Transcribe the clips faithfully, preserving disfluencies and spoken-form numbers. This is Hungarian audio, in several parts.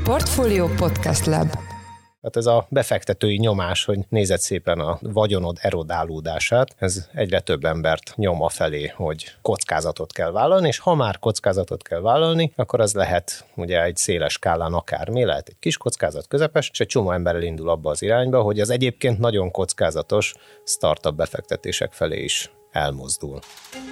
Portfolio Podcast Lab. Hát ez a befektetői nyomás, hogy nézed szépen a vagyonod erodálódását, ez egyre több embert nyom afelé, hogy kockázatot kell vállalni, és ha már kockázatot kell vállalni, akkor az lehet ugye egy széles skálán akármi, lehet egy kis kockázat, közepes, és egy csomó ember elindul abba az irányba, hogy az egyébként nagyon kockázatos startup befektetések felé is elmozdul.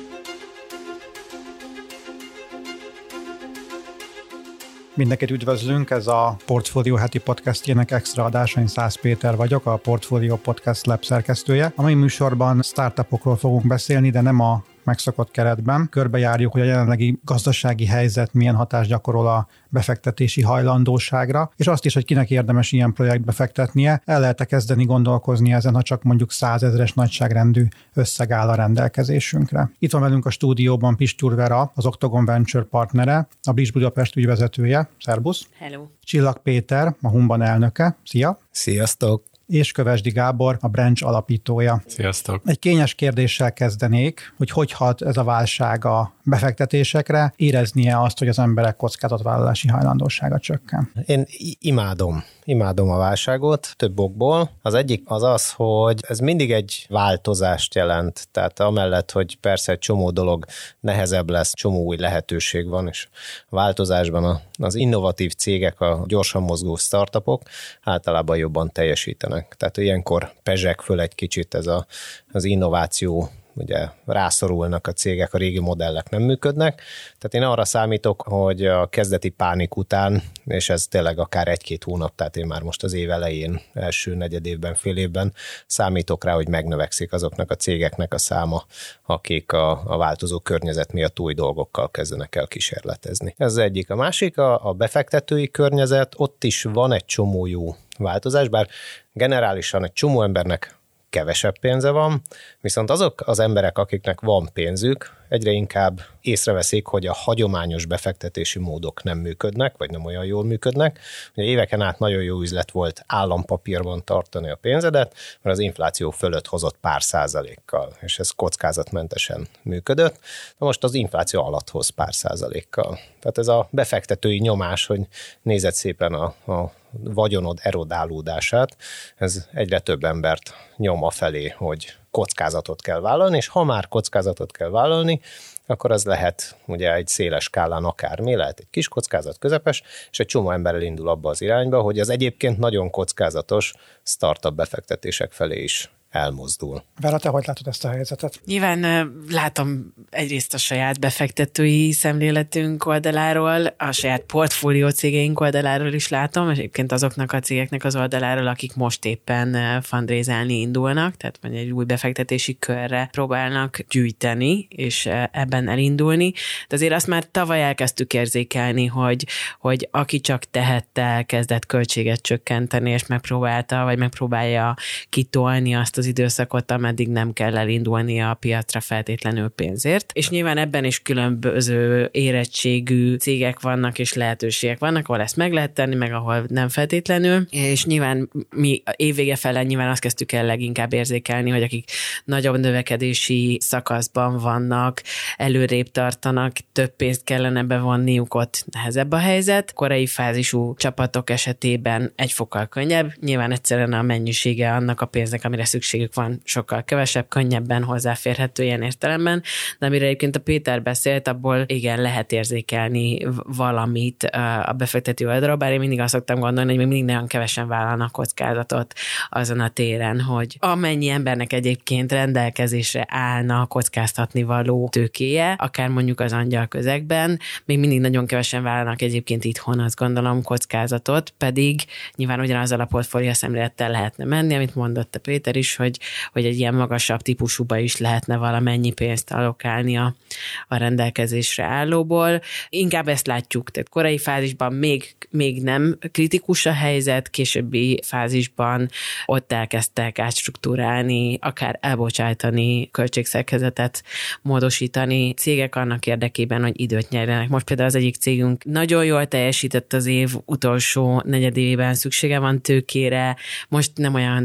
Mindenkit üdvözlünk, ez a Portfolio heti podcastjének extra adása, én Szász Péter vagyok, a Portfolio Podcast Lab szerkesztője. A mai műsorban startupokról fogunk beszélni, de nem a megszokott keretben. Körbejárjuk, hogy a jelenlegi gazdasági helyzet milyen hatást gyakorol a befektetési hajlandóságra, és azt is, hogy kinek érdemes ilyen projektbe fektetnie. El lehet-e kezdeni gondolkozni ezen, ha csak mondjuk százezres nagyságrendű összeg áll a rendelkezésünkre. Itt van velünk a stúdióban Pistur Vera, az Octagon Venture partnere, a Bridge Budapest ügyvezetője. Szerbusz! Hello! Csillag Péter, a Humban elnöke. Szia! Sziasztok! És Kövesdi Gábor, a Branch alapítója. Sziasztok! Egy kényes kérdéssel kezdenék, hogy hogy hat ez a válság a befektetésekre, éreznie azt, hogy az emberek kockázatvállalási hajlandósága csökken. Én imádom, imádom a válságot több okból. Az egyik az az, hogy ez mindig egy változást jelent, tehát amellett, hogy persze egy csomó dolog nehezebb lesz, csomó új lehetőség van, és a változásban az innovatív cégek, a gyorsan mozgó startupok általában jobban teljesítenek. Tehát ilyenkor pezseg föl egy kicsit ez a, az innováció, ugye rászorulnak a cégek, a régi modellek nem működnek. Tehát én arra számítok, hogy a kezdeti pánik után, és ez tényleg akár egy-két hónap, tehát én már most az év elején, első negyedévben, fél évben számítok rá, hogy megnövekszik azoknak a cégeknek a száma, akik a, a változó környezet miatt új dolgokkal kezdenek el kísérletezni. Ez az egyik. A másik, a, a befektetői környezet, ott is van egy csomó jó változás, bár generálisan egy csomó embernek kevesebb pénze van, viszont azok az emberek, akiknek van pénzük, egyre inkább észreveszik, hogy a hagyományos befektetési módok nem működnek, vagy nem olyan jól működnek. Ugye éveken át nagyon jó üzlet volt állampapírban tartani a pénzedet, mert az infláció fölött hozott pár százalékkal, és ez kockázatmentesen működött. Na most az infláció alatt hoz pár százalékkal. Tehát ez a befektetői nyomás, hogy nézed szépen a, a vagyonod erodálódását, ez egyre több embert nyom afelé, hogy kockázatot kell vállalni, és ha már kockázatot kell vállalni, akkor az lehet ugye egy széles skálán akármi, lehet egy kis kockázat, közepes, és egy csomó ember elindul abba az irányba, hogy az egyébként nagyon kockázatos startup befektetések felé is elmozdul. Vera, te hogy látod ezt a helyzetet? Nyilván látom egyrészt a saját befektetői szemléletünk oldaláról, a saját portfólió cégeink oldaláról is látom, és egyébként azoknak a cégeknek az oldaláról, akik most éppen fundraiselni indulnak, tehát mondjuk egy új befektetési körre próbálnak gyűjteni, és ebben elindulni. De azért azt már tavaly elkezdtük érzékelni, hogy, hogy aki csak tehette, kezdett költséget csökkenteni, és megpróbálta, vagy megpróbálja kitolni azt az időszakot, ameddig nem kell elindulni a piacra feltétlenül pénzért. És nyilván ebben is különböző érettségű cégek vannak, és lehetőségek vannak, ahol ezt meg lehet tenni, meg ahol nem feltétlenül. És nyilván mi évvége fele nyilván azt kezdtük el leginkább érzékelni, hogy akik nagyobb növekedési szakaszban vannak, előrébb tartanak, több pénzt kellene bevonniuk, ott nehezebb a helyzet. Korai fázisú csapatok esetében egy fokkal könnyebb. Nyilván egyszerűen a mennyisége annak a pénznek, amire szükségük van, sokkal kevesebb, könnyebben hozzáférhető ilyen értelemben, de amire egyébként a Péter beszélt, abból igen, lehet érzékelni valamit a befektető oldalról, bár én mindig azt szoktam gondolni, hogy még mindig nagyon kevesen vállalnak kockázatot azon a téren, hogy amennyi embernek egyébként rendelkezésre állna kockáztatni való tőkéje, akár mondjuk az angyal közegben, még mindig nagyon kevesen vállalnak egyébként itthon, azt gondolom, kockázatot, pedig nyilván ugyanazzal a portfólió szemlélettel lehetne menni, amit mondott a Péter is, hogy, hogy egy ilyen magasabb típusúba is lehetne valamennyi pénzt allokálni a, a rendelkezésre állóból. Inkább ezt látjuk, tehát korai fázisban még, még nem kritikus a helyzet, későbbi fázisban ott elkezdtek átstruktúrálni, akár elbocsájtani, költségszerkezetet módosítani cégek annak érdekében, hogy időt nyerjenek. Most például az egyik cégünk nagyon jól teljesített az év utolsó negyedévében, szüksége van tőkére, most nem olyan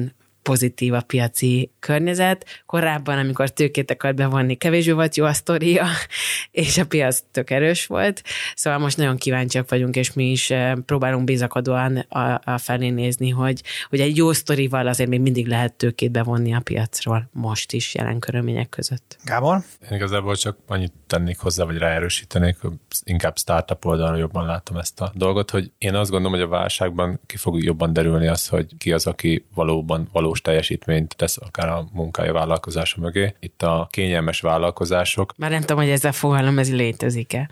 pozitív a piaci környezet. Korábban, amikor tőkét akart bevonni, kevésbé volt jó a sztoria, és a piac tök erős volt. Szóval most nagyon kíváncsiak vagyunk, és mi is próbálunk bizakodóan a, a felé nézni, hogy, hogy egy jó sztorival azért még mindig lehet tőkét bevonni a piacról, most is jelen körülmények között. Gábor? Én igazából csak annyit tennék hozzá, vagy ráerősítenék, inkább startup oldalra jobban látom ezt a dolgot, hogy én azt gondolom, hogy a válságban ki fog jobban derülni az, hogy ki az, aki valóban valós teljesítményt tesz akár a munkája vállalkozása mögé. Itt a kényelmes vállalkozások. Már nem tudom, hogy ez a fogalom, ez létezik-e.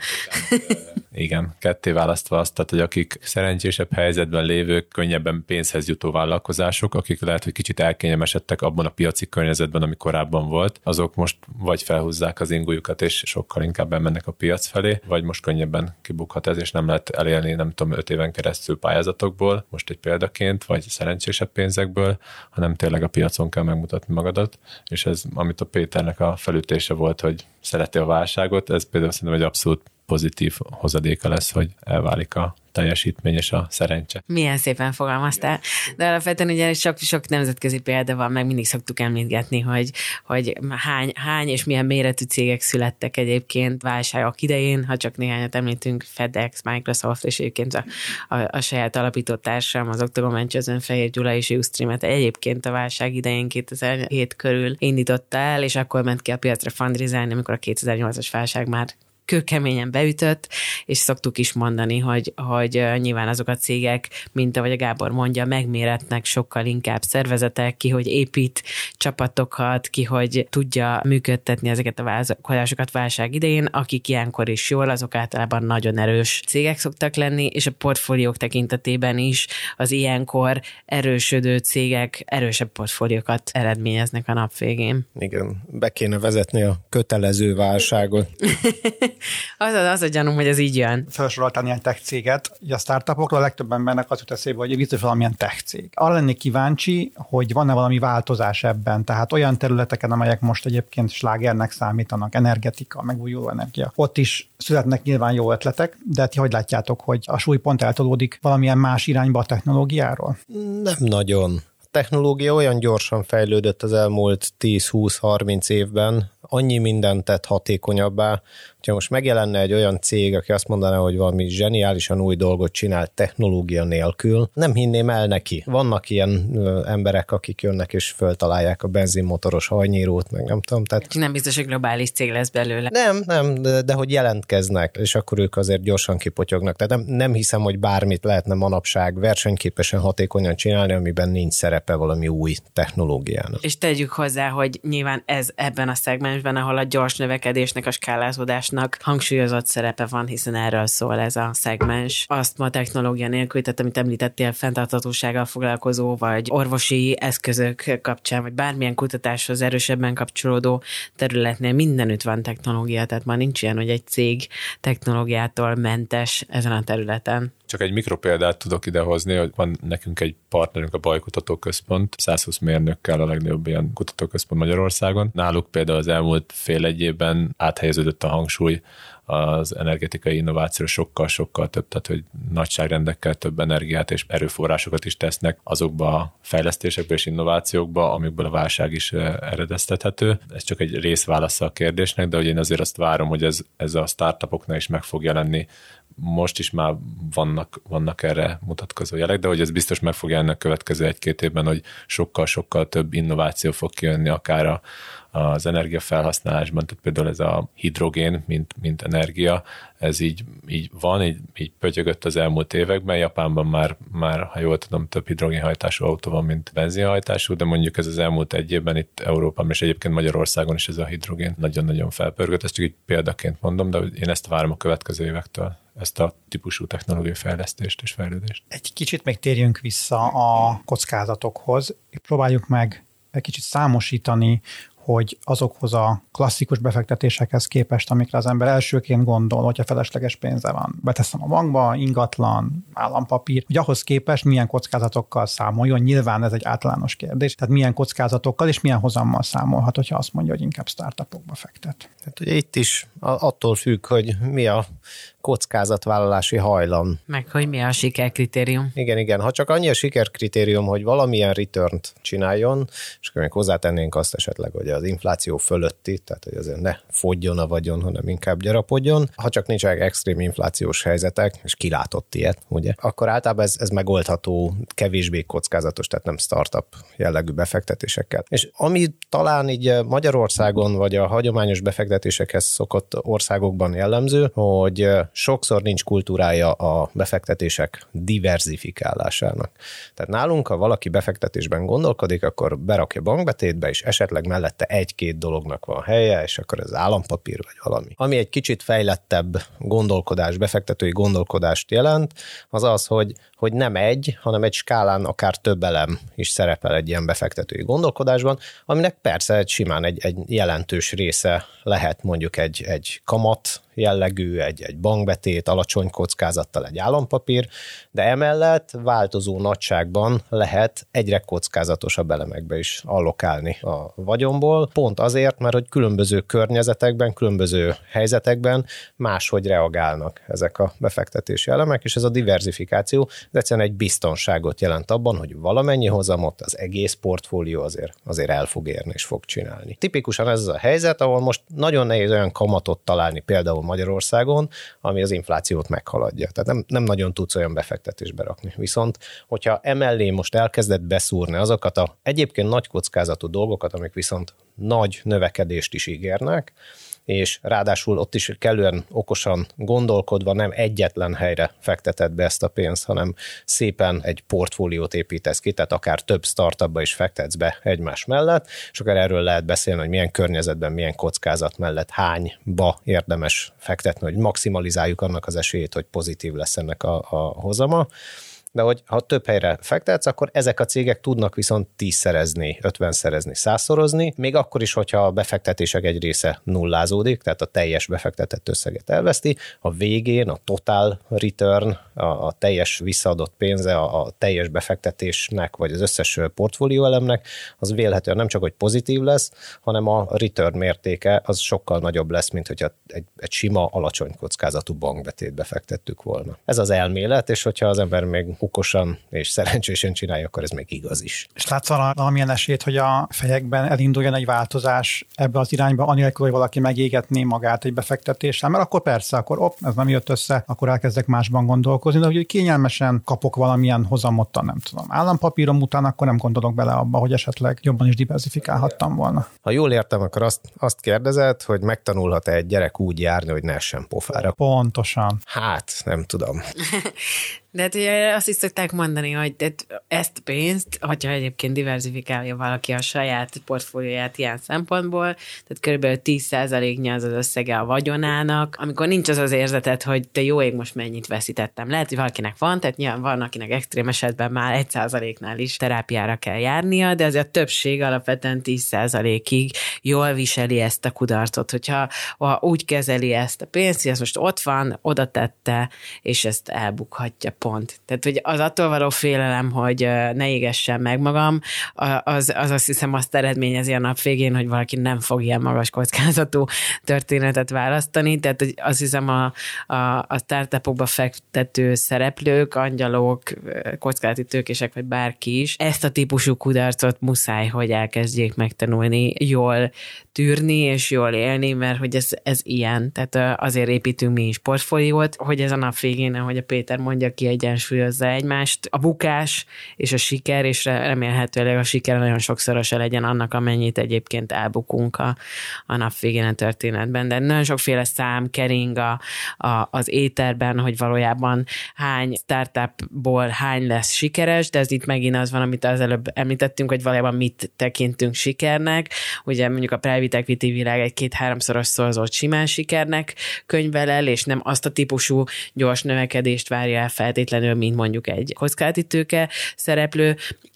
Igen, ketté választva azt, tehát, hogy akik szerencsésebb helyzetben lévők, könnyebben pénzhez jutó vállalkozások, akik lehet, hogy kicsit elkényelmesedtek abban a piaci környezetben, ami korábban volt, azok most vagy felhúzzák az ingújukat, és sokkal inkább elmennek a piac felé, vagy most könnyebben kibukhat ez, és nem lehet elélni, nem tudom, öt éven keresztül pályázatokból, most egy példaként, vagy szerencsésebb pénzekből, hanem tényleg a piacon kell megmutatni magadat, és ez, amit a Péternek a felütése volt, hogy szereti a válságot, ez például szerintem egy abszolút pozitív hozadéka lesz, hogy elválik a teljesítmény és a szerencse. Milyen szépen fogalmaztál. De alapvetően ugye sok, sok nemzetközi példa van, meg mindig szoktuk említgetni, hogy, hogy hány, hány és milyen méretű cégek születtek egyébként válságok idején, ha csak néhányat említünk, FedEx, Microsoft, és egyébként a, a, a saját alapító társam, az Octagon Ventures-ön Fehér Gyula és Ustreamet egyébként a válság idején kétezer-hét körül indította el, és akkor ment ki a piacra fundraiselni, amikor a kétezer-nyolcas válság már kőkeményen beütött, és szoktuk is mondani, hogy, hogy nyilván azok a cégek, mint ahogy a Gábor mondja, megméretnek sokkal inkább szervezetek, ki, hogy épít csapatokat, ki, hogy tudja működtetni ezeket a vállalkozásokat válság idején, akik ilyenkor is jól, azok általában nagyon erős cégek szoktak lenni, és a portfóliók tekintetében is az ilyenkor erősödő cégek erősebb portfóliókat eredményeznek a nap végén. Igen, be kéne vezetni a kötelező válságot. Az, az, az a gyanúm, hogy ez így jön. Felsoroltál ilyen tech céget, ugye a startupokról a legtöbb embernek az jut eszébe, hogy biztos valamilyen tech cég. Arra lennék kíváncsi, hogy van-e valami változás ebben, tehát olyan területeken, amelyek most egyébként slágernek számítanak, energetika, megújuló energia. Ott is születnek nyilván jó ötletek, de ti hogy látjátok, hogy a súlypont eltolódik valamilyen más irányba a technológiáról? Nem nagyon. A technológia olyan gyorsan fejlődött az elmúlt tíz-húsz-harminc évben, annyi mindent tett hatékonyabbá, hogyha most megjelenne egy olyan cég, aki azt mondaná, hogy valami zseniálisan új dolgot csinál technológia nélkül, nem hinném el neki. Vannak ilyen ö, emberek, akik jönnek és föltalálják a benzinmotoros hajnyírót, meg nem tudom. Tehát... Nem biztos, hogy globális cég lesz belőle. Nem, nem, de, de hogy jelentkeznek, és akkor ők azért gyorsan kipotyognak. Tehát nem, nem hiszem, hogy bármit lehetne manapság versenyképesen, hatékonyan csinálni, amiben nincs szerepe valami új technológiának. És tegyük hozzá, hogy nyilván ez ebben a szegmensben, ahol a gyors növekedésnek, a skálázódásnak hangsúlyozott szerepe van, hiszen erről szól ez a szegmens. Azt ma technológia nélkül, tehát amit említettél, fenntarthatósággal foglalkozó, vagy orvosi eszközök kapcsán, vagy bármilyen kutatáshoz erősebben kapcsolódó területnél mindenütt van technológia, tehát ma nincs ilyen, hogy egy cég technológiától mentes ezen a területen. Csak egy mikropéldát tudok idehozni, hogy van nekünk egy partnerünk, a Baj Kutatóközpont, százhúsz mérnökkel a legnagyobb ilyen kutatóközpont Magyarországon. Náluk például az elmúlt fél egy évben áthelyeződött a hangsúly az energetikai innovációra sokkal-sokkal több, tehát hogy nagyságrendekkel több energiát és erőforrásokat is tesznek azokba a fejlesztésekbe és innovációkba, amikből a válság is eredeztethető. Ez csak egy részválasza a kérdésnek, de hogy én azért azt várom, hogy ez, ez a startupoknál is meg fog jelenni. Most is már vannak, vannak erre mutatkozó jelek, de hogy ez biztos meg fog jelenni a következő egy-két évben, hogy sokkal-sokkal több innováció fog kijönni akár a az energiafelhasználásban, tehát például ez a hidrogén, mint, mint energia, ez így, így van, így, így pötyögött az elmúlt években. Japánban már, már, ha jól tudom, több hidrogénhajtású autó van, mint benzinhajtású, de mondjuk ez az elmúlt egy évben itt Európában, és egyébként Magyarországon is ez a hidrogén nagyon-nagyon felpörgött. Ezt csak így példaként mondom, de én ezt várom a következő évektől, ezt a típusú technológiai fejlesztést és fejlődést. Egy kicsit még térjünk vissza a kockázatokhoz. Próbáljuk meg egy kicsit számosítani, hogy azokhoz a klasszikus befektetésekhez képest, amikre az ember elsőként gondol, hogyha felesleges pénze van, beteszem a bankba, ingatlan, állampapír, hogy ahhoz képest milyen kockázatokkal számoljon, nyilván ez egy általános kérdés, tehát milyen kockázatokkal és milyen hozammal számolhat, hogyha azt mondja, hogy inkább startupokba fektet. Hát ugye itt is attól függ, hogy mi a kockázatvállalási hajlam. Meg hogy mi a sikerkritérium. Igen, igen. Ha csak annyi a sikerkritérium, hogy valamilyen returnt csináljon, és akkor még hozzátennénk azt esetleg, hogy az infláció fölötti, tehát hogy azért ne fogjon a vagyon, hanem inkább gyarapodjon. Ha csak nincsenek extrém inflációs helyzetek, és kilátott ilyet, ugye, akkor általában ez, ez megoldható, kevésbé kockázatos, tehát nem startup jellegű befektetésekkel. És ami talán így Magyarországon, vagy a hagyományos befektetésekhez szokott országokban jellemző, hogy sokszor nincs kultúrája a befektetések diverzifikálásának. Tehát nálunk, ha valaki befektetésben gondolkodik, akkor berakja bankbetétbe, és esetleg mellette egy-két dolognak van helye, és akkor ez állampapír vagy valami. Ami egy kicsit fejlettebb gondolkodás, befektetői gondolkodást jelent, az az, hogy, hogy nem egy, hanem egy skálán akár több elem is szerepel egy ilyen befektetői gondolkodásban, aminek persze egy simán egy, egy jelentős része lehet mondjuk egy, egy kamat jellegű, egy, egy bankbetét, alacsony kockázattal egy állampapír, de emellett változó nagyságban lehet egyre kockázatosabb elemekbe is allokálni a vagyonból, pont azért, mert hogy különböző környezetekben, különböző helyzetekben máshogy reagálnak ezek a befektetési elemek, és ez a diverzifikáció ez egyszerűen egy biztonságot jelent abban, hogy valamennyi hozamot az egész portfólió azért, azért el fog érni és fog csinálni. Tipikusan ez az a helyzet, ahol most nagyon nehéz olyan kamatot találni például Magyarországon, ami az inflációt meghaladja. Tehát nem, nem nagyon tudsz olyan befektetésbe rakni. Viszont, hogyha emellé most elkezdett beszúrni azokat a egyébként nagy kockázatú dolgokat, amik viszont nagy növekedést is ígérnek, és ráadásul ott is kellően okosan gondolkodva nem egyetlen helyre fekteted be ezt a pénzt, hanem szépen egy portfóliót építesz ki, tehát akár több startupba is fektetsz be egymás mellett, és akár erről lehet beszélni, hogy milyen környezetben, milyen kockázat mellett hányba érdemes fektetni, hogy maximalizáljuk annak az esélyét, hogy pozitív lesz ennek a, a hozama. De hogy ha több helyre fektetsz, akkor ezek a cégek tudnak viszont tízszerezni, ötvenszerezni, százszorozni, még akkor is, hogyha a befektetések egy része nullázódik, tehát a teljes befektetett összeget elveszti, a végén a total return, a, a teljes visszaadott pénze, a, a teljes befektetésnek, vagy az összes portfólióelemnek, az vélhetően nem csak, hogy pozitív lesz, hanem a return mértéke az sokkal nagyobb lesz, mint hogyha egy, egy sima, alacsony kockázatú bankbetétbe fektettük volna. Ez az elmélet, és hogyha az ember még okosan és szerencsésen csinálja, akkor ez még igaz is. És látsz valamilyen esélyt, hogy a fejekben elinduljon egy változás ebbe az irányba, anélkül, hogy valaki megégetné magát egy befektetéssel, mert akkor persze, akkor op, ez nem jött össze, akkor elkezdek másban gondolkozni, de hogy kényelmesen kapok valamilyen hozamot, nem tudom, állampapírom után, akkor nem gondolok bele abba, hogy esetleg jobban is diversifikálhattam volna. Ha jól értem, akkor azt, azt kérdezed, hogy megtanulhat-e egy gyerek úgy járni, hogy ne essen pofára. Pontosan. Hát, nem tudom. De hát ugye azt is szokták mondani, hogy ezt a pénzt, hogyha egyébként diverzifikálja valaki a saját portfólióját ilyen szempontból, tehát körülbelül tíz százaléknyi az az összege a vagyonának, amikor nincs az az érzeted, hogy te jó ég, most mennyit veszítettem. Lehet, hogy valakinek van, tehát nyilván van, akinek extrém esetben már egy százaléknál is terápiára kell járnia, de azért a többség alapvetően tíz százalékig jól viseli ezt a kudarcot, hogyha ha úgy kezeli ezt a pénzt, hogy ez most ott van, oda tette, és ezt elbukhatja. Pont. Tehát, hogy az attól való félelem, hogy ne égessem meg magam, az, az azt hiszem azt eredményezi a nap végén, hogy valaki nem fog ilyen magas kockázatú történetet választani. Tehát azt hiszem a, a, a startupokba fektető szereplők, angyalok, kockázati tőkések, vagy bárki is, ezt a típusú kudarcot muszáj, hogy elkezdjék megtanulni, jól tűrni és jól élni, mert hogy ez, ez ilyen. Tehát azért építünk mi is portfóliót, hogy ez a nap végén, ahogy a Péter mondja, ki egyensúlyozza egymást. A bukás és a siker, és remélhetőleg a siker nagyon sokszorosa legyen annak, amennyit egyébként elbukunk a, a nap végén a történetben. De nagyon sokféle szám kering a, a, az éterben, hogy valójában hány startupból hány lesz sikeres, de ez itt megint az van, amit az előbb említettünk, hogy valójában mit tekintünk sikernek. Ugye mondjuk a private equity világ egy két-háromszoros szorzott simán sikernek könyvel el, és nem azt a típusú gyors növekedést várja el feltétlenül, mint mondjuk egy kockázati tőke szereplő.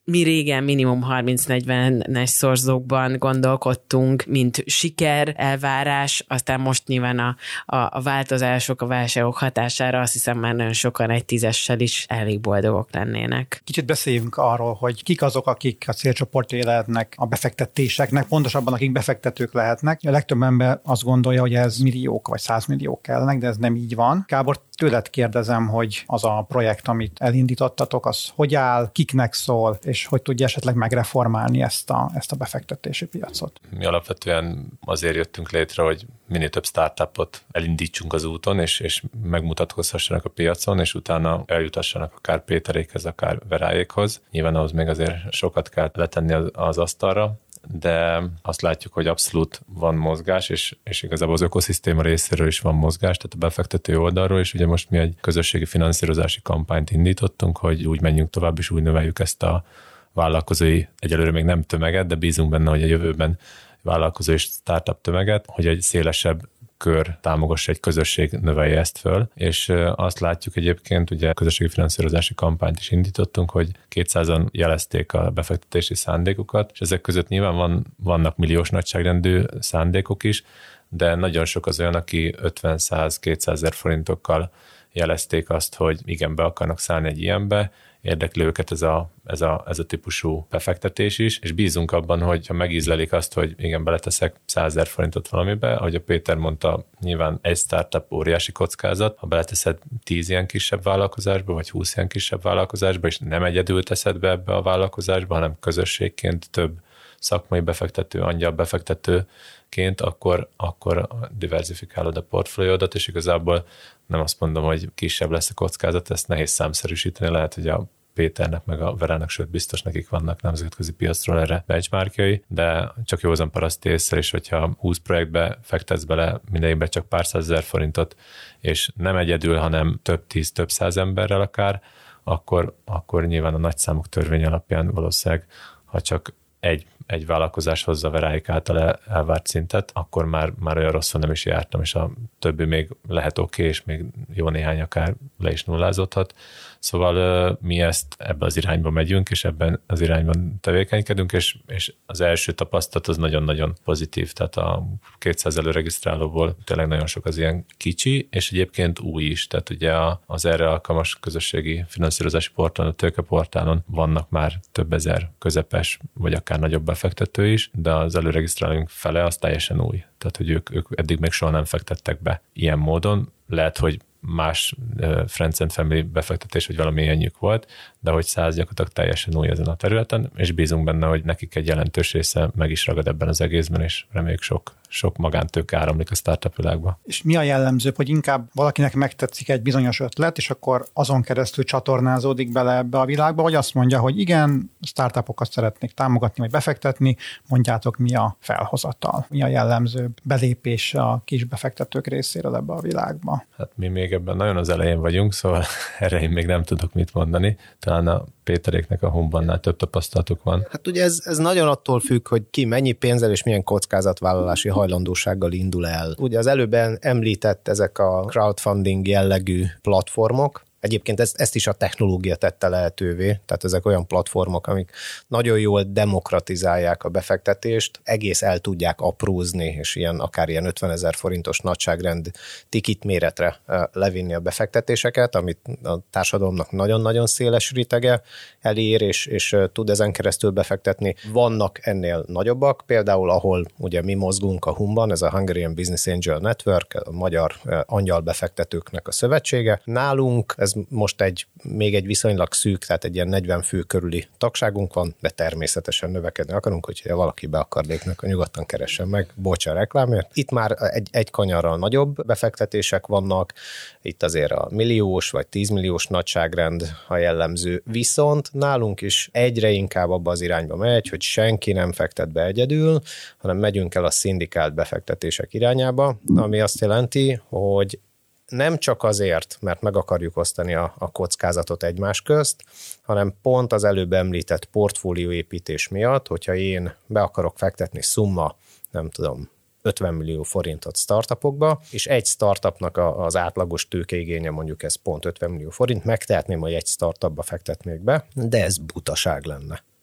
Mi régen minimum harminc-negyvenes szorzókban gondolkodtunk, mint siker, elvárás, aztán most nyilván a, a, a változások, a válságok hatására azt hiszem már nagyon sokan egy tízessel is elég boldogok lennének. Kicsit beszéljünk arról, hogy kik azok, akik a célcsoportjai lehetnek a befektetéseknek, pontosabban akik befektetők lehetnek. A legtöbb ember azt gondolja, hogy ez milliók vagy százmilliók kellene, de ez nem így van. Gábor, tőled kérdezem, hogy az a projekt, amit elindítottatok, az hogy áll, kiknek szól, és hogy tudja esetleg megreformálni ezt a, ezt a befektetési piacot? Mi alapvetően azért jöttünk létre, hogy minél több startupot elindítsunk az úton, és, és megmutatkozhassanak a piacon, és utána eljutassanak akár Péterékhez, akár Veráékhoz. Nyilván ahhoz még azért sokat kell letenni az, az asztalra, de azt látjuk, hogy abszolút van mozgás, és, és igazából az ökoszisztéma részéről is van mozgás, tehát a befektető oldalról is. Ugye most mi egy közösségi finanszírozási kampányt indítottunk, hogy úgy menjünk tovább, és úgy növeljük ezt a vállalkozói, egyelőre még nem tömeget, de bízunk benne, hogy a jövőben vállalkozó és startup tömeget, hogy egy szélesebb kör támogassa, egy közösség növelje ezt föl, és azt látjuk egyébként, ugye közösségi finanszírozási kampányt is indítottunk, hogy kétszázan jelezték a befektetési szándékukat, és ezek között nyilván van, vannak milliós nagyságrendű szándékok is, de nagyon sok az olyan, aki ötven-száz-kétszázezer forintokkal jelezték azt, hogy igen, be akarnak szállni egy ilyenbe, érdekli őket ez a, ez, a, ez a típusú befektetés is, és bízunk abban, hogy ha megízlelik azt, hogy igen, beleteszek százezer forintot valamibe, ahogy a Péter mondta, nyilván egy startup óriási kockázat, ha beleteszed tíz ilyen kisebb vállalkozásba, vagy húsz ilyen kisebb vállalkozásba, és nem egyedül teszed be ebbe a vállalkozásba, hanem közösségként több szakmai befektető, angyal befektetőként, akkor, akkor diversifikálod a portfóliódat, és igazából nem azt mondom, hogy kisebb lesz a kockázat, ezt nehéz számszerűsíteni, lehet, hogy a Péternek meg a Verának, sőt biztos nekik vannak nemzetközi piacról erre benchmarkjai, de csak józan paraszti észre is, hogyha húsz projektbe fektetsz bele mindegyikbe csak pár százezer forintot, és nem egyedül, hanem több tíz, több száz emberrel akár, akkor, akkor nyilván a nagyszámok törvény alapján valószínűleg, ha csak egy, egy vállalkozás hozza Veráék által el, elvárt szintet, akkor már, már olyan rosszul nem is jártam, és a többi még lehet oké, okay, és még jó néhány akár le is nullázódhat. Szóval mi ezt ebbe az irányba megyünk, és ebben az irányban tevékenykedünk, és, és az első tapasztalat az nagyon-nagyon pozitív, tehát a kétszáz előregisztrálóból tényleg nagyon sok az ilyen kicsi, és egyébként új is, tehát ugye az erre alkalmas közösségi finanszírozási portálon, a tőkeportálon vannak már több ezer közepes, vagy akár nagyobb befektető is, de az előregisztrálóink fele az teljesen új, tehát hogy ők, ők eddig még soha nem fektettek be ilyen módon, lehet, hogy más uh, Friends and Family befektetés, vagy valami ilyenjük volt, de hogy száz gyakorlatilag teljesen új ezen a területen, és bízunk benne, hogy nekik egy jelentős része meg is ragad ebben az egészben, és reméljük sok, sok magántőke áramlik a startup világba. És mi a jellemzőbb, hogy inkább valakinek megtetszik egy bizonyos ötlet, és akkor azon keresztül csatornázódik bele ebbe a világba, vagy azt mondja, hogy igen, startupokat szeretnék támogatni, vagy befektetni, mondjátok, mi a felhozatal, mi a jellemzőbb belépés a kis befektetők részéről ebbe a világba? Hát mi még ebben nagyon az elején vagyunk, szóval erre én még nem tudok mit mondani. Talán a Péteréknek a Humbannál több tapasztalatuk van. Hát ugye ez, ez nagyon attól függ, hogy ki mennyi pénzzel és milyen kockázatvállalási hajlandósággal indul el. Ugye az előbb említett ezek a crowdfunding jellegű platformok, egyébként ezt, ezt is a technológia tette lehetővé, tehát ezek olyan platformok, amik nagyon jól demokratizálják a befektetést, egész el tudják aprózni, és ilyen, akár ilyen ötvenezer forintos nagyságrend tikit méretre levinni a befektetéseket, amit a társadalomnak nagyon-nagyon széles rétege elér, és, és tud ezen keresztül befektetni. Vannak ennél nagyobbak, például ahol ugye mi mozgunk a Humban, ez a Hungarian Business Angel Network, a magyar angyal befektetőknek a szövetsége. Nálunk ez most egy, még egy viszonylag szűk, tehát egy ilyen negyven fő körüli tagságunk van, de természetesen növekedni akarunk, hogyha valaki be akar lépni, akkor nyugodtan keressen meg, bocs a reklámért. Itt már egy, egy kanyarral nagyobb befektetések vannak, itt azért a milliós vagy tízmilliós nagyságrend a jellemző, viszont nálunk is egyre inkább abba az irányba megy, hogy senki nem fektet be egyedül, hanem megyünk el a szindikált befektetések irányába, ami azt jelenti, hogy nem csak azért, mert meg akarjuk osztani a, a kockázatot egymás közt, hanem pont az előbb említett portfólióépítés miatt, hogyha én be akarok fektetni szumma, nem tudom, ötven millió forintot startupokba, és egy startupnak a, az átlagos tőkeigénye mondjuk ez pont ötven millió forint, megtehetném, hogy egy startupba fektetnék be, de ez butaság lenne.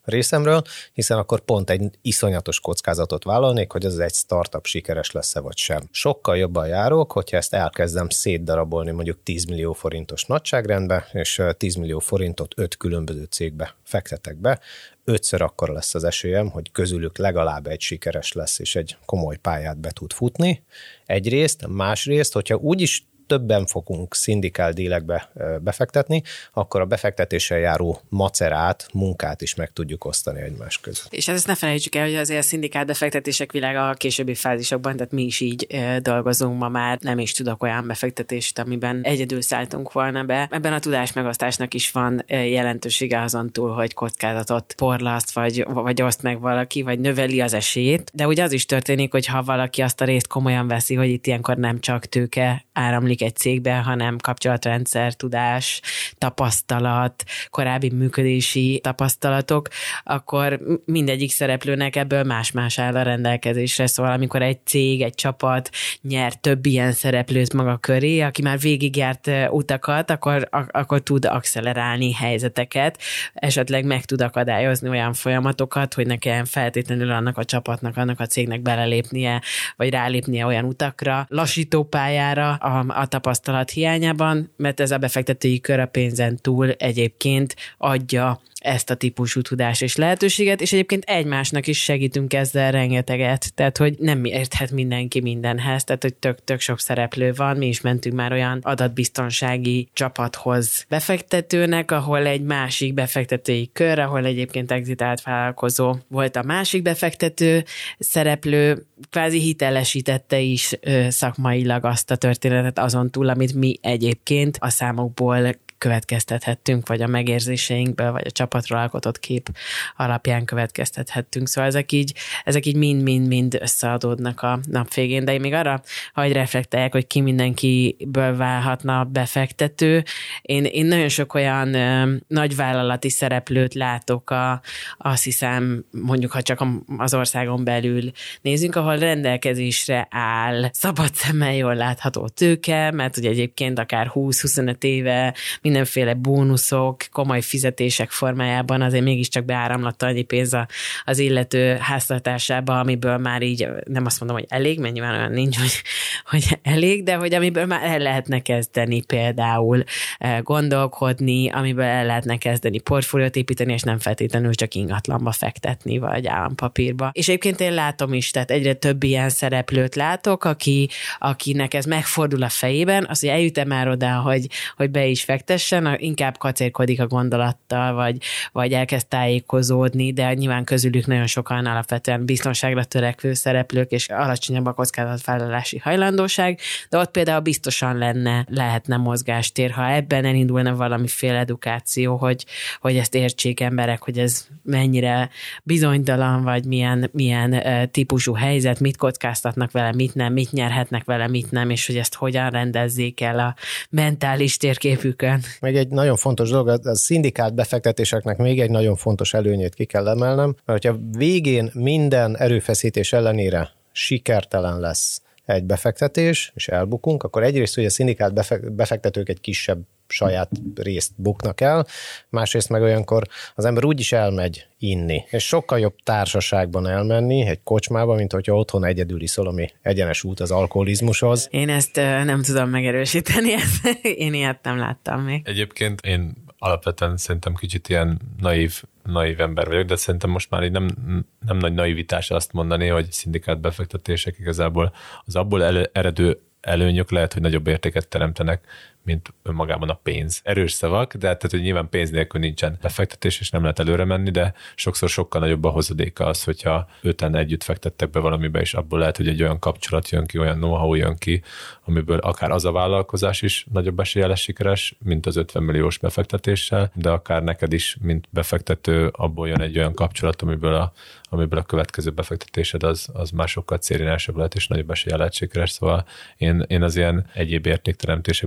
részemről, hiszen akkor pont egy iszonyatos kockázatot vállalnék, hogy az egy startup sikeres lesz-e vagy sem. Sokkal jobban járok, hogyha ezt elkezdem szétdarabolni mondjuk tíz millió forintos nagyságrendbe, és tíz millió forintot öt különböző cégbe fektetek be, ötször akkor lesz az esélyem, hogy közülük legalább egy sikeres lesz, és egy komoly pályát be tud futni. Egyrészt, másrészt, hogyha úgyis többen fogunk szindikál dílekbe befektetni, akkor a befektetéssel járó macerát, munkát is meg tudjuk osztani egymás között. És ezt ne felejtsük el, hogy azért a szindikál befektetések világa a későbbi fázisokban, tehát mi is így dolgozunk ma már, nem is tudok olyan befektetést, amiben egyedül szálltunk volna be. Ebben a tudásmegosztásnak is van jelentősége azon túl, hogy kockázatot porlaszt, vagy, vagy oszt meg valaki, vagy növeli az esélyét. De ugye az is történik, hogy ha valaki azt a részt komolyan veszi, hogy itt ilyenkor nem csak tőke áramlik egy cégben, hanem kapcsolatrendszer, tudás, tapasztalat, korábbi működési tapasztalatok, akkor mindegyik szereplőnek ebből más-más áll a rendelkezésre. Szóval amikor egy cég, egy csapat nyer több ilyen szereplőt maga köré, aki már végigjárt utakat, akkor, akkor tud akcelerálni helyzeteket, esetleg meg tud akadályozni olyan folyamatokat, hogy ne kelljen feltétlenül annak a csapatnak, annak a cégnek belelépnie, vagy rálépnie olyan utakra, lassító pályára, a, a tapasztalat hiányában, mert ez a befektetői kör a pénzen túl egyébként adja ezt a típusú tudás és lehetőséget, és egyébként egymásnak is segítünk ezzel rengeteget, tehát hogy nem érthet mindenki mindenhez, tehát hogy tök-tök sok szereplő van, mi is mentünk már olyan adatbiztonsági csapathoz befektetőnek, ahol egy másik befektetői kör, ahol egyébként exitált vállalkozó volt a másik befektető szereplő, kvázi hitelesítette is ö, szakmailag azt a történetet azon túl, amit mi egyébként a számokból következtethettünk, vagy a megérzéseinkből, vagy a csapatról alkotott kép alapján következtethettünk. Szóval ezek így, ezek így mind-mind-mind összeadódnak a nap végén, de én még arra hagy reflektálják, hogy ki mindenkiből válhatna befektető. Én, én nagyon sok olyan ö, nagyvállalati szereplőt látok, a, azt hiszem, mondjuk, ha csak az országon belül nézzünk, ahol rendelkezésre áll szabad szemmel jól látható tőke, mert ugye egyébként akár húsz-huszonöt éve mindenféle bónuszok, komoly fizetések formájában azért mégiscsak beáramlott annyi pénz az illető háztartásába, amiből már így nem azt mondom, hogy elég, mert nyilván olyan nincs, hogy, hogy elég, de hogy amiből már el lehetne kezdeni például gondolkodni, amiből el lehetne kezdeni portfóliót építeni, és nem feltétlenül csak ingatlanba fektetni, vagy állampapírba. És egyébként én látom is, tehát egyre több ilyen szereplőt látok, aki, akinek ez megfordul a fejében, az, hogy eljut-e már oda, hogy, hogy be is fektessen, inkább kacérkodik a gondolattal, vagy, vagy elkezd tájékozódni, de nyilván közülük nagyon sokan alapvetően biztonságra törekvő szereplők, és alacsonyabb a kockázatvállalási hajlandóság, de ott például biztosan lenne, lehetne mozgástér, ha ebben elindulna valamiféle edukáció, hogy, hogy ezt értsék emberek, hogy ez mennyire bizonytalan, vagy milyen, milyen uh, típusú helyzet, mit kockáztatnak vele, mit nem, mit nyerhetnek vele, mit nem, és hogy ezt hogyan rendezzék el a mentális térképükön. Még egy nagyon fontos dolog, a szindikált befektetéseknek még egy nagyon fontos előnyét ki kell emelnem, mert hogyha végén minden erőfeszítés ellenére sikertelen lesz egy befektetés, és elbukunk, akkor egyrészt, hogy a szindikált befektetők egy kisebb saját részt buknak el, másrészt meg olyankor az ember úgyis elmegy inni. És sokkal jobb társaságban elmenni, egy kocsmába, mint hogyha otthon egyedül iszol, ami egyenes út az alkoholizmushoz. Én ezt nem tudom megerősíteni, én ilyet nem láttam még. Egyébként én alapvetően szerintem kicsit ilyen naív, naív ember vagyok, de szerintem most már így nem, nem nagy naivitás azt mondani, hogy szindikált befektetések igazából az abból elő, eredő előnyök lehet, hogy nagyobb értéket teremtenek, mint önmagában a pénz. Erős szavak, de tehát, hogy nyilván pénz nélkül nincsen befektetés, és nem lehet előre menni, de sokszor sokkal nagyobb a hozadéka az, hogyha öten együtt fektettek be valamibe, és abból lehet, hogy egy olyan kapcsolat jön ki, olyan know-how jön ki, amiből akár az a vállalkozás is nagyobb eséllyel lesz sikeres, mint az ötven milliós befektetéssel, de akár neked is, mint befektető, abból jön egy olyan kapcsolat, amiből a, amiből a következő befektetésed az, az már sokkal célinásebb lehet, és nagyobb eséllyel lehet sikeres. Szóval én, én az ilyen egyéb értékteremtésekben nagyon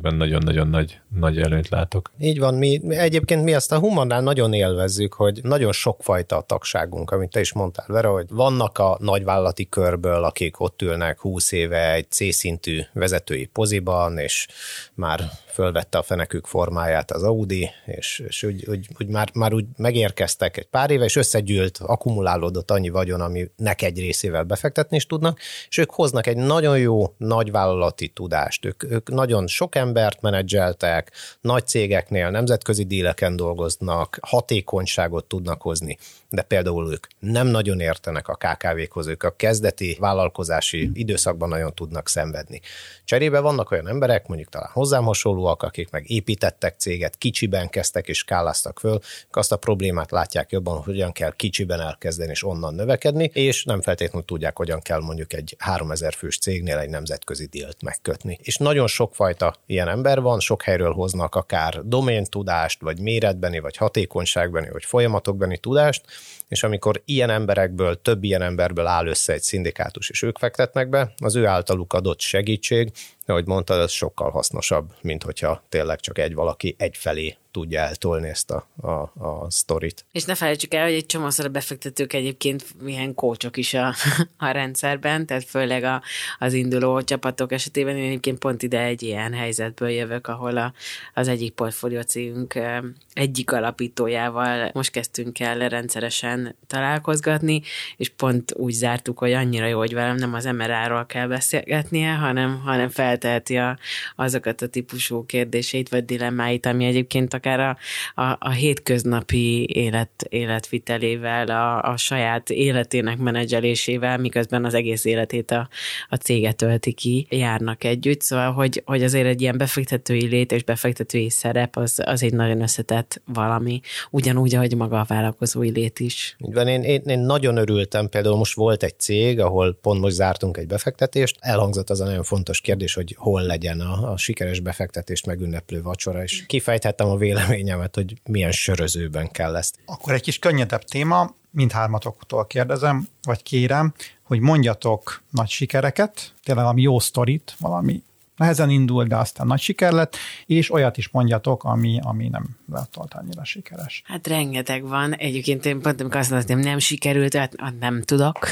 nagyon-nagyon nagy, nagy előnyt látok. Így van, mi egyébként mi azt a Humannál nagyon élvezzük, hogy nagyon sokfajta a tagságunk, amit te is mondtál, Vera, hogy vannak a nagyvállalati körből, akik ott ülnek húsz éve egy C-szintű vezetői poziban, és már fölvette a fenekük formáját az Audi, és, és úgy, úgy, úgy már, már úgy megérkeztek egy pár éve, és összegyűlt, akkumulálódott annyi vagyon, aminek egy részével befektetni is tudnak, és ők hoznak egy nagyon jó nagyvállalati tudást. Ők, ők nagyon sok embert menedzseltek, nagy cégeknél, nemzetközi díleken dolgoznak, hatékonyságot tudnak hozni, de például ők nem nagyon értenek a ká ká vékhoz, ők a kezdeti vállalkozási időszakban nagyon tudnak szenvedni. Cserébe vannak olyan emberek, mondjuk talán hozzám hasonlóak, akik meg építettek céget, kicsiben kezdtek és skáláztak föl, azt a problémát látják jobban, hogyan kell kicsiben elkezdeni és onnan növekedni, és nem feltétlenül tudják, hogyan kell mondjuk egy háromezer fős cégnél egy nemzetközi dílt megkötni. És nagyon sokfajta ilyen ember van, sok helyről hoznak akár doméntudást, vagy méretbeni, vagy hatékonyságbeni, vagy folyamatokbeni tudást, és amikor ilyen emberekből, több ilyen emberből áll össze egy szindikátus, és ők fektetnek be, az ő általuk adott segítség, ahogy mondtad, ez sokkal hasznosabb, mint hogyha tényleg csak egy valaki egyfelé tudja eltolni ezt a, a, a sztorit. És ne felejtsük el, hogy egy csomószor a befektetők egyébként milyen kócsok is a, a rendszerben, tehát főleg a, az induló csapatok esetében. Én egyébként pont ide egy ilyen helyzetből jövök, ahol a, az egyik portfólió cégünk egyik alapítójával most kezdtünk el rendszeresen találkozgatni, és pont úgy zártuk, hogy annyira jó, hogy velem nem az em er á-ról kell beszélgetnie, hanem, hanem felteheti a, azokat a típusú kérdéseit vagy dilemmáit, ami egyébként akár a, a, a hétköznapi élet, életvitelével, a, a saját életének menedzselésével, miközben az egész életét a, a céget tölti ki, járnak együtt. Szóval, hogy, hogy azért egy ilyen befektetői lét és befektetői szerep az, az egy nagyon összetett valami, ugyanúgy, ahogy maga a vállalkozói lét is. Így van, én, én, én nagyon örültem, például most volt egy cég, ahol pont most zártunk egy befektetést, elhangzott az a nagyon fontos kérdés, hogy hol legyen a, a sikeres befektetést megünneplő vacsora, és kifejthettem a véleményemet, hogy milyen sörözőben kell ezt. Akkor egy kis könnyedebb téma, mindhármatoktól kérdezem, vagy kérem, hogy mondjatok nagy sikereket, tényleg valami jó sztorit, valami nehezen indul, de aztán nagy siker lett, és olyat is mondjatok, ami, ami nem lett annyira sikeres. Hát rengeteg van. Egyébként én pont amikor azt mondtam, nem sikerült, hát nem tudok.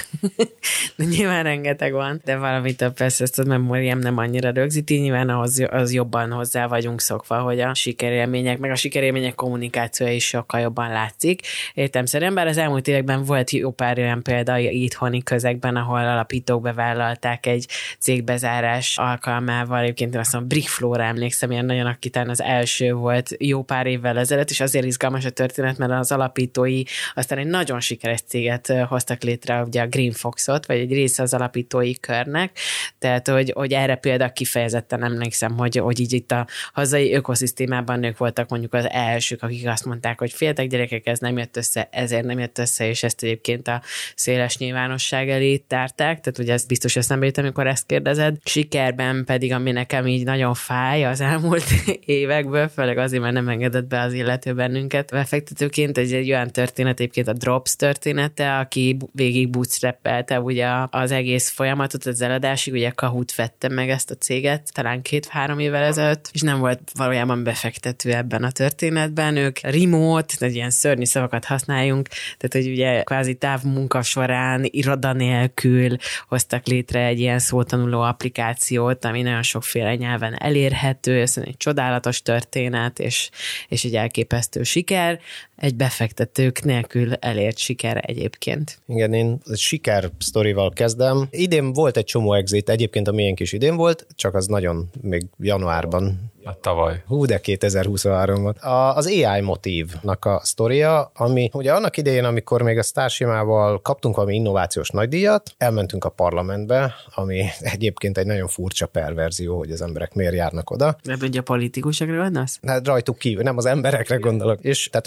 De nyilván rengeteg van. De valamitől persze ezt a memóriám nem annyira rögzíti, nyilván ahhoz az jobban hozzá vagyunk szokva, hogy a sikerélmények, meg a sikerélmények kommunikációja is sokkal jobban látszik. Értelemszerűen, bár az elmúlt években volt jó pár olyan példa itthoni közegben, ahol alapítók bevállalták egy cégbezárás alkalmával. Egyébként én azt mondom, Brickflow-ra emlékszem, ilyen nagyon, aki talán az első volt jó pár évvel ezelőtt, és azért izgalmas a történet, mert az alapítói aztán egy nagyon sikeres céget hoztak létre, ugye a Green Foxot, vagy egy része az alapítói körnek, tehát hogy, hogy erre például kifejezetten emlékszem, hogy, hogy így itt a hazai ökoszisztémában nők voltak mondjuk az elsők, akik azt mondták, hogy féltek gyerekek, ez nem jött össze, ezért nem jött össze, és ezt egyébként a széles nyilvánosság elé tárták, tehát ugye ez biztos eszembe jut, amikor ezt kérdezed. Sikerben pedig, ami nekem így nagyon fáj az elmúlt évekből, főleg azért, mert nem engedett be az illető bennünket befektetőként, egy, egy olyan történet, egyébként a Drops története, aki végig bootstrappelte ugye az egész folyamatot az eladásig, ugye Kahoot vette meg ezt a céget, talán két-három évvel ezelőtt, és nem volt valójában befektető ebben a történetben. Ők remote, egy ilyen szörnyű szavakat használjunk, tehát hogy ugye kvázi távmunka során iroda nélkül hoztak létre egy ilyen szótanuló applikációt, ami nagyon sokféle nyelven elérhető, ez egy csodálatos történet, és, és egy elképesztő siker, egy befektetők nélkül elért siker egyébként. Igen, én siker sztorival kezdem. Idén volt egy csomó exit, egyébként a miénk is idén volt, csak az nagyon még januárban. A tavaly. Hú, de kétezer-huszonhárom volt. A, az á i Motívnak a sztoria, ami ugye annak idején, amikor még a Sztársimával kaptunk valami innovációs nagydíjat, elmentünk a parlamentbe, ami egyébként egy nagyon furcsa perverzió, hogy az emberek miért járnak oda. De ugye a politikusokra gondolsz? Hát rajtuk kívül, nem az emberekre gondolok. És tehát ugye nekem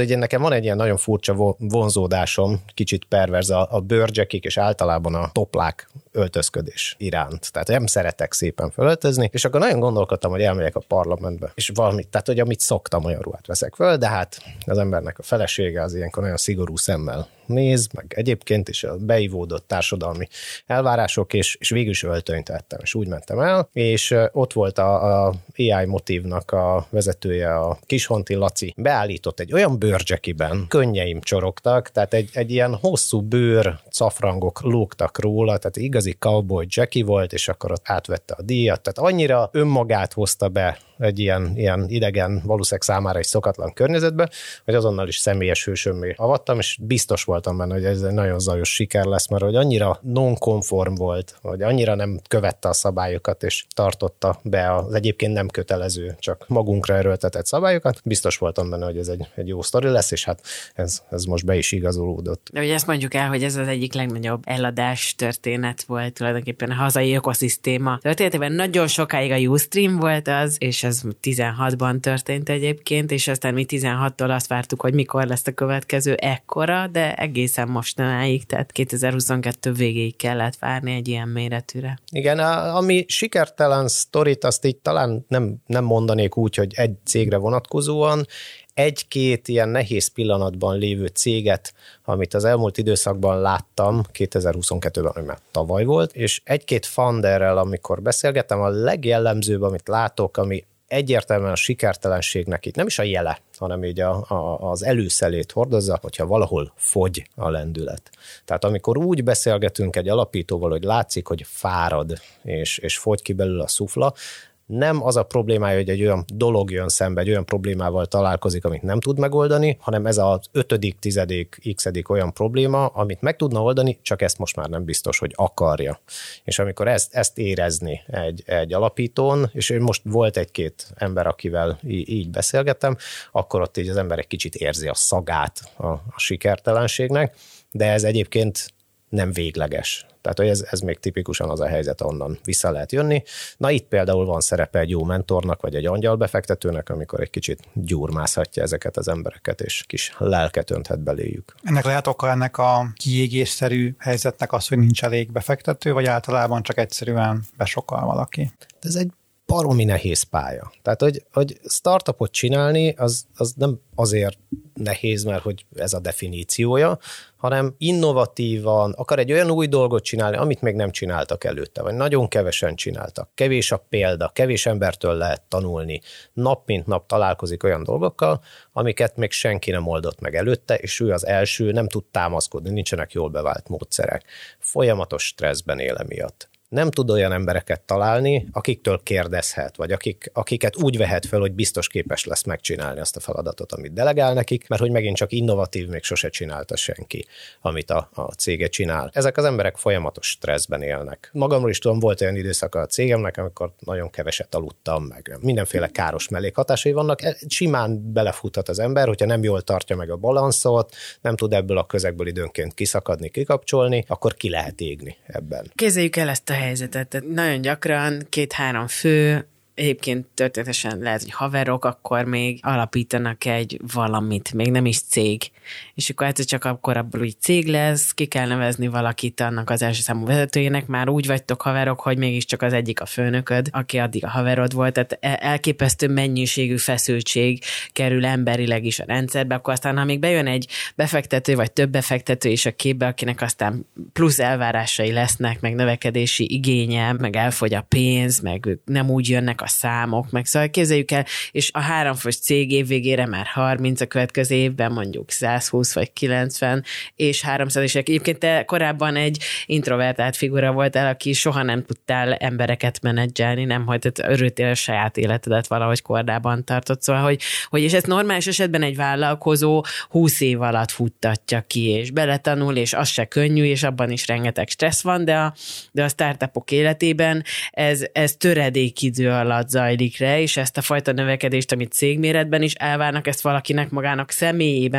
van egy ilyen nagyon furcsa vonzódásom, kicsit perverz a, a bőrcsekik és általában a toplák öltözködés iránt. Tehát nem szeretek szépen fölöltözni, és akkor nagyon gondolkodtam, hogy elmegyek a parlamentbe, és valamit, tehát hogy amit szoktam, olyan ruhát veszek föl, de hát az embernek a felesége az ilyenkor nagyon szigorú szemmel néz, meg egyébként is a beivódott társadalmi elvárások, és, és végül is öltönyt vettem, és úgy mentem el, és ott volt a, a á i Motívnak a vezetője, a Kishonti Laci, beállított egy olyan bőrcsekiben, könnyeim csorogtak, tehát egy, egy ilyen hosszú bőr cafrangok lógtak róla, tehát igazi cowboy Jackie volt, és akkor ott átvette a díjat, tehát annyira önmagát hozta be egy ilyen, ilyen idegen, valószínűleg számára egy szokatlan környezetbe, hogy azonnal is személyes hősömmé avattam, és biztos voltam benne, hogy ez egy nagyon zajos siker lesz, mert hogy annyira non-konform volt, hogy annyira nem követte a szabályokat, és tartotta be az egyébként nem kötelező, csak magunkra erőltetett szabályokat. Biztos voltam benne, hogy ez egy, egy jó sztori lesz, és hát ez, ez most be is igazolódott. De ugye ezt mondjuk el, hogy ez az egyik legnagyobb eladás történet volt tulajdonképpen a hazai ökoszisztéma történetében. Nagyon sokáig a Ustream volt az, és ez tizenhatban történt egyébként, és aztán mi tizenhattól azt vártuk, hogy mikor lesz a következő ekkora, de egészen mostanáig, tehát kétezer-huszonkettő végéig kellett várni egy ilyen méretűre. Igen, a, ami sikertelen sztorit, azt így talán nem, nem mondanék úgy, hogy egy cégre vonatkozóan, egy-két ilyen nehéz pillanatban lévő céget, amit az elmúlt időszakban láttam, kétezer-huszonkettőben, ami már tavaly volt, és egy-két founderrel, amikor beszélgettem, a legjellemzőbb, amit látok, ami egyértelműen a sikertelenségnek itt nem is a jele, hanem így a, a, az előszelét hordozza, hogyha valahol fogy a lendület. Tehát amikor úgy beszélgetünk egy alapítóval, hogy látszik, hogy fárad, és, és fogy ki belőle a szufla, nem az a problémája, hogy egy olyan dolog jön szembe, egy olyan problémával találkozik, amit nem tud megoldani, hanem ez az ötödik, tizedik, x-edik olyan probléma, amit meg tudna oldani, csak ezt most már nem biztos, hogy akarja. És amikor ezt, ezt érezni egy, egy alapítón, és most volt egy-két ember, akivel í- így beszélgettem, akkor ott így az ember egy kicsit érzi a szagát a, a sikertelenségnek, de ez egyébként nem végleges. Tehát, hogy ez, ez még tipikusan az a helyzet, onnan vissza lehet jönni. Na itt például van szerepe egy jó mentornak, vagy egy angyalbefektetőnek, amikor egy kicsit gyúrmázhatja ezeket az embereket, és kis lelket önthet beléjük. Ennek lehet oka ennek a kiégésszerű helyzetnek az, hogy nincs elég befektető, vagy általában csak egyszerűen besokal valaki? Ez egy baromi nehéz pálya. Tehát, hogy, hogy startupot csinálni, az, az nem azért nehéz, mert hogy ez a definíciója, hanem innovatívan akar egy olyan új dolgot csinálni, amit még nem csináltak előtte, vagy nagyon kevesen csináltak. Kevés a példa, kevés embertől lehet tanulni. Nap mint nap találkozik olyan dolgokkal, amiket még senki nem oldott meg előtte, és ő az első, nem tud támaszkodni, nincsenek jól bevált módszerek. Folyamatos stresszben él emiatt. Nem tud olyan embereket találni, akiktől kérdezhet, vagy akik, akiket úgy vehet fel, hogy biztos képes lesz megcsinálni azt a feladatot, amit delegál nekik, mert hogy megint csak innovatív, még sose csinálta senki, amit a, a cége csinál. Ezek az emberek folyamatos stresszben élnek. Magamról is tudom, volt olyan időszaka a cégemnek, amikor nagyon keveset aludtam, meg mindenféle káros mellékhatásai vannak. Simán belefuthat az ember, hogyha nem jól tartja meg a balanszot, nem tud ebből a közegből időnként kiszakadni, kikapcsolni, akkor ki lehet égni ebben. Képzeljük el ezt a helyzetet. Tehát nagyon gyakran két-három fő, egyébként történetesen lehet, hogy haverok, akkor még alapítanak egy valamit, még nem is cég. És akkor hát csak akkor abból úgy cég lesz, ki kell nevezni valakit annak az első számú vezetőjének, már úgy vagytok haverok, hogy mégiscsak az egyik a főnököd, aki addig a haverod volt, tehát elképesztő mennyiségű feszültség kerül emberileg is a rendszerbe, akkor aztán, ha még bejön egy befektető, vagy több befektető is a képbe, akinek aztán plusz elvárásai lesznek, meg növekedési igénye, meg elfogy a pénz, meg nem úgy jönnek a számok, meg szóval képzeljük el, és a háromfős cég év végére már harminc, a következő évben mondjuk százhúsz vagy kilencven, és háromszáz, és egyébként te korábban egy introvertált figura voltál, aki soha nem tudtál embereket menedzselni, nem hagytad, örültél a saját életedet valahogy kordában tartott, szóval, hogy, hogy és ezt normális esetben egy vállalkozó húsz év alatt futtatja ki, és beletanul, és az se könnyű, és abban is rengeteg stressz van, de a, de a startupok életében ez, ez töredékidő alatt zajlik le, és ezt a fajta növekedést, amit cégméretben is elvárnak, ezt valakinek magának személyében, a személyi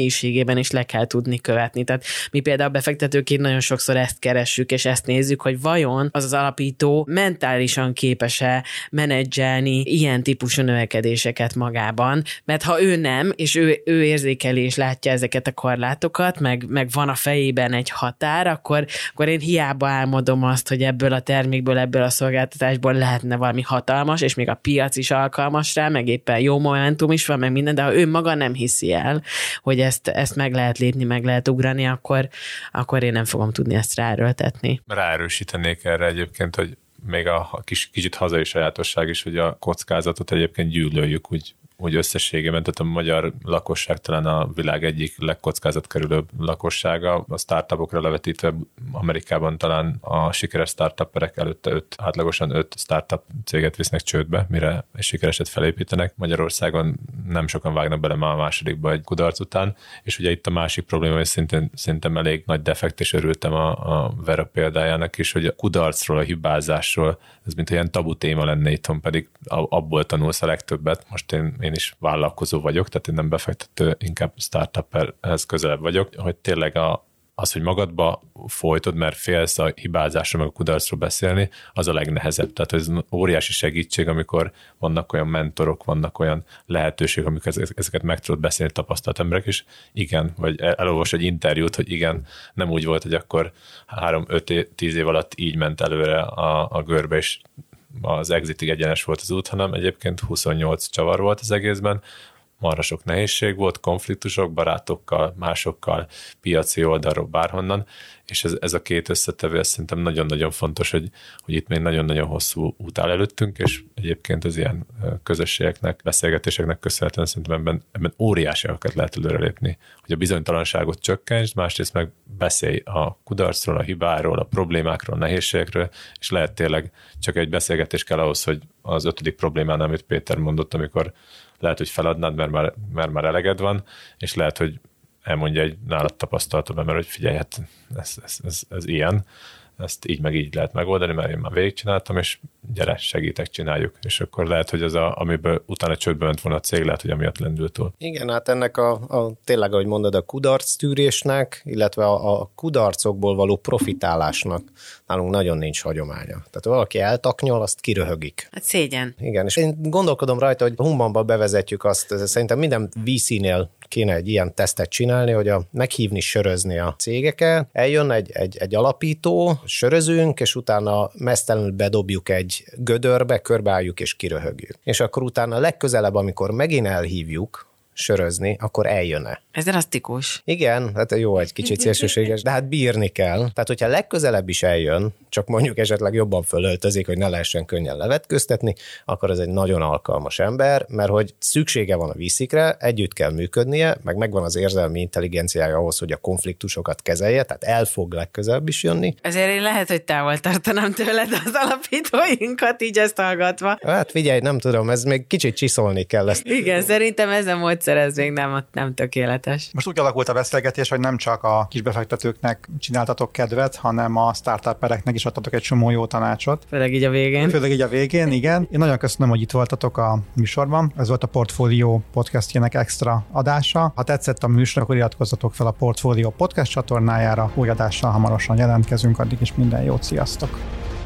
mélységében is le kell tudni követni. Tehát mi például befektetőként nagyon sokszor ezt keressük, és ezt nézzük, hogy vajon az az alapító mentálisan képes-e menedzselni ilyen típusú növekedéseket magában, mert ha ő nem, és ő, ő érzékeli és látja ezeket a korlátokat, meg, meg van a fejében egy határ, akkor, akkor én hiába álmodom azt, hogy ebből a termékből, ebből a szolgáltatásból lehetne valami hatalmas, és még a piac is alkalmas rá, meg éppen jó momentum is van, meg minden, de ha ő maga nem hiszi el, hogy ezt, ezt meg lehet lépni, meg lehet ugrani, akkor, akkor én nem fogom tudni ezt ráerőltetni. Ráerősítenék erre egyébként, hogy még a kis, kicsit hazai sajátosság is, hogy a kockázatot egyébként gyűlöljük úgy, úgy összességében, tehát a magyar lakosság talán a világ egyik legkockázatkerülőbb lakossága, a startupokra levetítve Amerikában talán a sikeres startupperek előtte öt, átlagosan öt startup céget visznek csődbe, mire egy sikereset felépítenek. Magyarországon nem sokan vágnak bele már a másodikba egy kudarc után, és ugye itt a másik probléma, hogy szintén, szerintem elég nagy defekt, és örültem a, a Vera példájának is, hogy a kudarcról, a hibázásról, ez mint olyan tabu téma lenne itthon, pedig abból tanulsz a legtöbbet. Most én, én is vállalkozó vagyok, tehát én nem befektető, inkább startupperhez közelebb vagyok, hogy tényleg a, az, hogy magadba folytod, mert félsz a hibázásra, meg a kudarcról beszélni, az a legnehezebb. Tehát ez óriási segítség, amikor vannak olyan mentorok, vannak olyan lehetőségek, amikor ezeket meg tudod beszélni tapasztalt emberek is. Igen, vagy elolvas egy interjút, hogy igen, nem úgy volt, hogy akkor három-öt-tíz év alatt így ment előre a, a görbe, és az exitig egyenes volt az út, hanem egyébként huszonnyolc csavar volt az egészben, marha sok nehézség volt, konfliktusok, barátokkal, másokkal, piaci oldalról, bárhonnan, és ez, ez a két összetevő, ez szerintem nagyon-nagyon fontos, hogy, hogy itt még nagyon-nagyon hosszú út áll előttünk, és egyébként az ilyen közösségeknek, beszélgetéseknek köszönhetően szerintem ebben, ebben óriásiakat lehet előrelépni, hogy a bizonytalanságot csökkentsd, másrészt meg beszélj a kudarcról, a hibáról, a problémákról, a nehézségekről, és lehet tényleg csak egy beszélgetés kell ahhoz, hogy az ötödik problémánál, amit Péter mondott, amikor lehet, hogy feladnád, mert már, mert már eleged van, és lehet, hogy elmondja egy nálad tapasztalatod, mert hogy figyelj, hát ez, ez, ez, ez ilyen, ezt így meg így lehet megoldani, mert én már végigcsináltam, és gyere, segítek, csináljuk. És akkor lehet, hogy az, a, amiből utána csődbe ment volna a cég, lehet, hogy amiatt lendült túl. Igen, hát ennek a, a tényleg, ahogy mondod, a kudarc tűrésnek, illetve a, a kudarcokból való profitálásnak nálunk nagyon nincs hagyománya. Tehát valaki eltaknyol, azt kiröhögik. Hát szégyen. Igen, és én gondolkodom rajta, hogy Humanba bevezetjük azt, szerintem minden vé cé-nél kéne egy ilyen tesztet csinálni, hogy a, meghívni, sörözni a cégeket, eljön egy, egy, egy alapító, sörözünk, és utána mesztelenül bedobjuk egy gödörbe, körbeálljuk és kiröhögjük. És akkor utána legközelebb, amikor megint elhívjuk sörözni, akkor eljön-e. Ez drasztikus. Igen, hát jó, egy kicsit szélsőséges, de hát bírni kell. Tehát, hogyha legközelebb is eljön, csak mondjuk esetleg jobban fölöltözik, hogy ne lehessen könnyen levetköztetni, akkor ez egy nagyon alkalmas ember, mert hogy szüksége van a vízikre, együtt kell működnie, meg megvan az érzelmi intelligenciája ahhoz, hogy a konfliktusokat kezelje, tehát el fog legközelebb is jönni. Ezért én lehet, hogy távol tartanám tőled az alapítóinkat, így ezt hallgatva. Hát figyelj, nem tudom, ez még kicsit csiszolni kell ezt. Igen, szerintem ez a módszer, ez még nem, nem tökéletes. Most úgy alakult a beszélgetés, hogy nem csak a kisbefektetőknek csináltatok kedvet, hanem a startupereknek is adtatok egy csomó jó tanácsot. Főleg így a végén. Főleg így a végén, igen. Én nagyon köszönöm, hogy itt voltatok a műsorban. Ez volt a Portfolio podcastjének extra adása. Ha tetszett a műsor, akkor iratkozzatok fel a Portfolio podcast csatornájára. Új adással hamarosan jelentkezünk, addig is minden jót, sziasztok!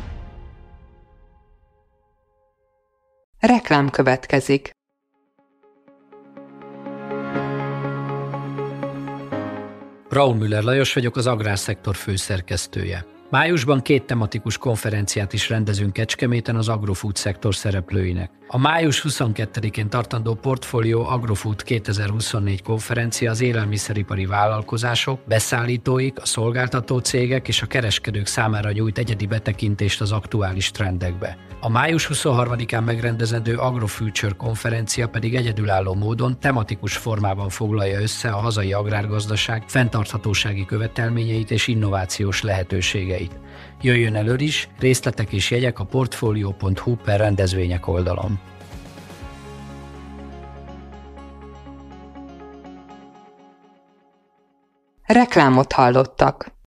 Reklám következik. Braun Müller Lajos vagyok, az Agrárszektor főszerkesztője. Májusban két tematikus konferenciát is rendezünk Kecskeméten az agrofood szektor szereplőinek. A május huszonkettedikén tartandó Portfolio Agrofood kétezer-huszonnégy konferencia az élelmiszeripari vállalkozások, beszállítóik, a szolgáltató cégek és a kereskedők számára nyújt egyedi betekintést az aktuális trendekbe. A május huszonharmadikán megrendezendő AgroFuture konferencia pedig egyedülálló módon tematikus formában foglalja össze a hazai agrárgazdaság fenntarthatósági követelményeit és innovációs lehetőségeit. Jöjjön elő is, részletek és jegyek a portfolio pont hu per rendezvények oldalon. Reklámot hallottak.